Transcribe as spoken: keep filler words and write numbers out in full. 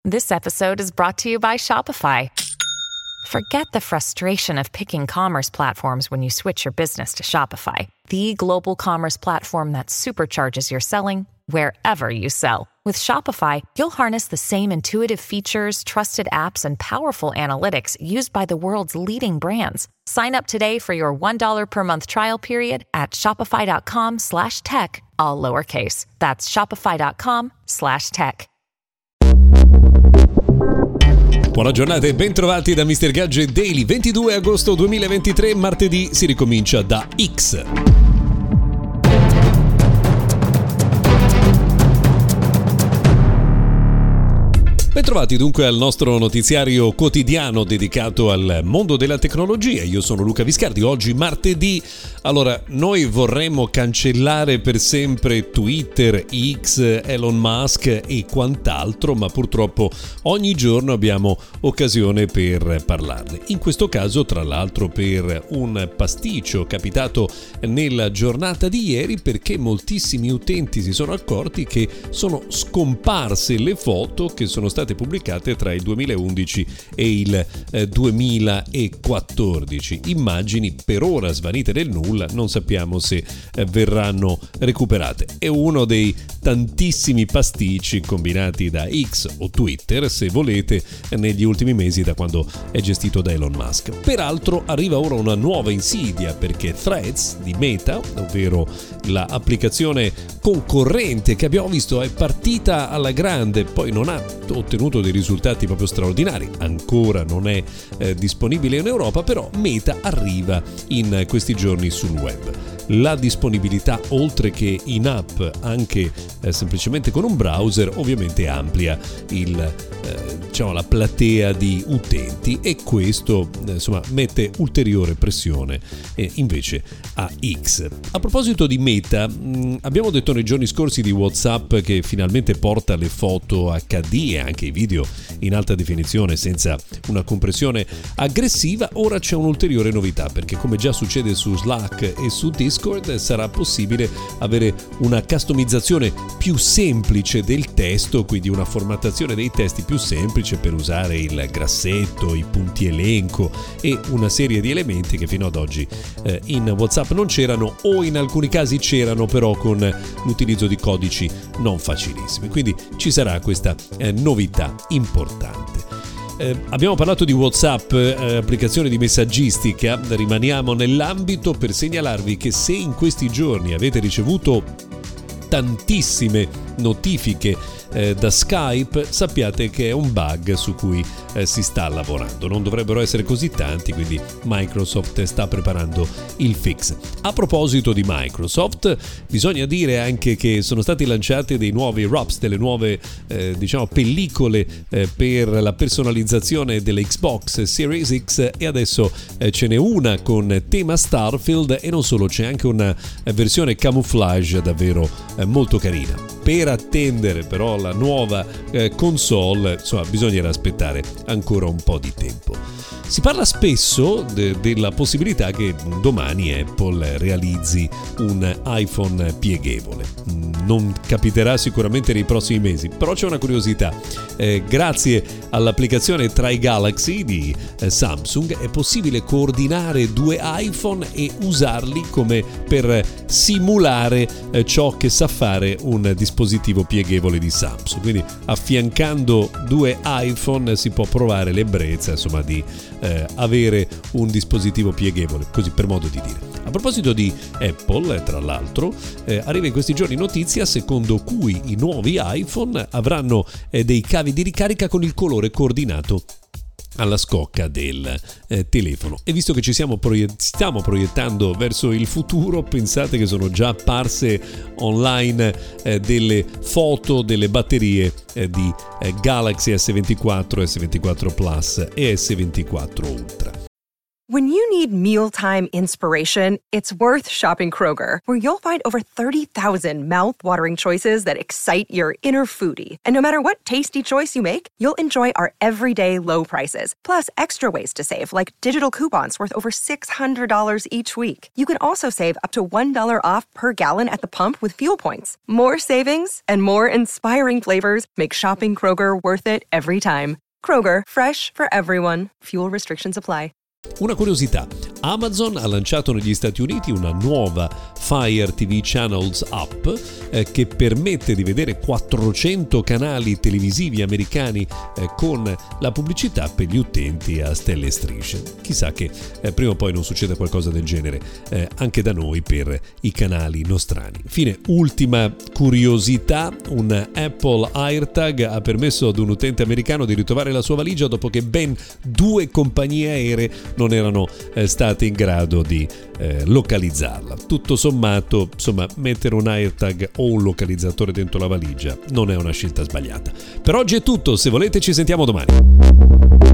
This episode is brought to you by Shopify. Forget the frustration of picking commerce platforms when you switch your business to Shopify, the global commerce platform that supercharges your selling wherever you sell. With Shopify, you'll harness the same intuitive features, trusted apps, and powerful analytics used by the world's leading brands. Sign up today for your one dollar per month trial period at shopify.com slash tech, all lowercase. That's shopify.com slash tech. Buona giornata e bentrovati da mister Gadget Daily. ventidue agosto duemilaventitré, martedì, si ricomincia da X. Bentrovati dunque al nostro notiziario quotidiano dedicato al mondo della tecnologia. Io sono Luca Viscardi. Oggi martedì. Allora, noi vorremmo cancellare per sempre Twitter, X, Elon Musk e quant'altro, ma purtroppo ogni giorno abbiamo occasione per parlarne. In questo caso, tra l'altro, per un pasticcio capitato nella giornata di ieri, perché moltissimi utenti si sono accorti che sono scomparse le foto che sono state pubblicate tra il duemilaundici e il eh, duemilaquattordici. Immagini per ora svanite nel nulla, non sappiamo se eh, verranno recuperate. È uno dei tantissimi pasticci combinati da X o Twitter, se volete, negli ultimi mesi da quando è gestito da Elon Musk. Peraltro arriva ora una nuova insidia, perché Threads di Meta, ovvero l'applicazione concorrente che abbiamo visto è partita alla grande, poi non ha ottenuto dei risultati proprio straordinari, ancora non è eh, disponibile in Europa, però Meta arriva in questi giorni sul web. La disponibilità, oltre che in app, anche eh, semplicemente con un browser, ovviamente amplia il, eh, diciamo, la platea di utenti, e questo eh, insomma mette ulteriore pressione eh, invece a X. A proposito di Meta, mh, abbiamo detto nei giorni scorsi di WhatsApp che finalmente porta le foto acca di e anche i video in alta definizione senza una compressione aggressiva. Ora c'è un'ulteriore novità, perché come già succede su Slack e su Discord, sarà possibile avere una customizzazione più semplice del testo, quindi una formattazione dei testi più semplice per usare il grassetto, i punti elenco e una serie di elementi che fino ad oggi eh, in WhatsApp non c'erano, o in alcuni casi c'erano però con l'utilizzo di codici non facilissimi. Quindi ci sarà questa eh, novità importante. Eh, abbiamo parlato di WhatsApp, eh, applicazione di messaggistica. Rimaniamo nell'ambito per segnalarvi che se in questi giorni avete ricevuto tantissime notifiche eh, da Skype, sappiate che è un bug su cui eh, si sta lavorando. Non dovrebbero essere così tanti, quindi Microsoft sta preparando il fix. A proposito di Microsoft, bisogna dire anche che sono stati lanciati dei nuovi wraps, delle nuove eh, diciamo pellicole eh, per la personalizzazione delle Xbox Series X, e adesso eh, ce n'è una con tema Starfield, e non solo, c'è anche una eh, versione camouflage davvero eh, molto carina. Per attendere però la nuova eh, console, insomma, bisognerà aspettare ancora un po' di tempo. Si parla spesso de- della possibilità che domani Apple realizzi un iPhone pieghevole. Non capiterà sicuramente nei prossimi mesi, però c'è una curiosità. Eh, grazie all'applicazione Try Galaxy di eh, Samsung è possibile coordinare due iPhone e usarli come per simulare eh, ciò che sa fare un dispositivo pieghevole di Samsung. Quindi affiancando due iPhone si può provare l'ebbrezza, insomma, di eh, avere un dispositivo pieghevole, così per modo di dire. A proposito di Apple, tra l'altro, eh, arriva in questi giorni notizia secondo cui i nuovi iPhone avranno eh, dei cavi di ricarica con il colore coordinato alla scocca del eh, telefono. E visto che ci siamo proiett- stiamo proiettando verso il futuro, pensate che sono già apparse online eh, delle foto delle batterie eh, di eh, Galaxy S ventiquattro, S ventiquattro Plus e S ventiquattro Ultra. When you need mealtime inspiration, it's worth shopping Kroger, where you'll find over thirty thousand mouth-watering choices that excite your inner foodie. And no matter what tasty choice you make, you'll enjoy our everyday low prices, plus extra ways to save, like digital coupons worth over six hundred dollars each week. You can also save up to one dollar off per gallon at the pump with fuel points. More savings and more inspiring flavors make shopping Kroger worth it every time. Kroger, fresh for everyone. Fuel restrictions apply. Una curiosità, Amazon ha lanciato negli Stati Uniti una nuova Fire ti vu Channels app eh, che permette di vedere quattrocento canali televisivi americani eh, con la pubblicità per gli utenti a stelle e strisce. Chissà che eh, prima o poi non succeda qualcosa del genere eh, anche da noi per i canali nostrani. Fine, ultima curiosità, un Apple AirTag ha permesso ad un utente americano di ritrovare la sua valigia dopo che ben due compagnie aeree non erano eh, state in grado di eh, localizzarla. Tutto sommato, insomma, mettere un AirTag o un localizzatore dentro la valigia non è una scelta sbagliata. Per oggi è tutto, se volete ci sentiamo domani.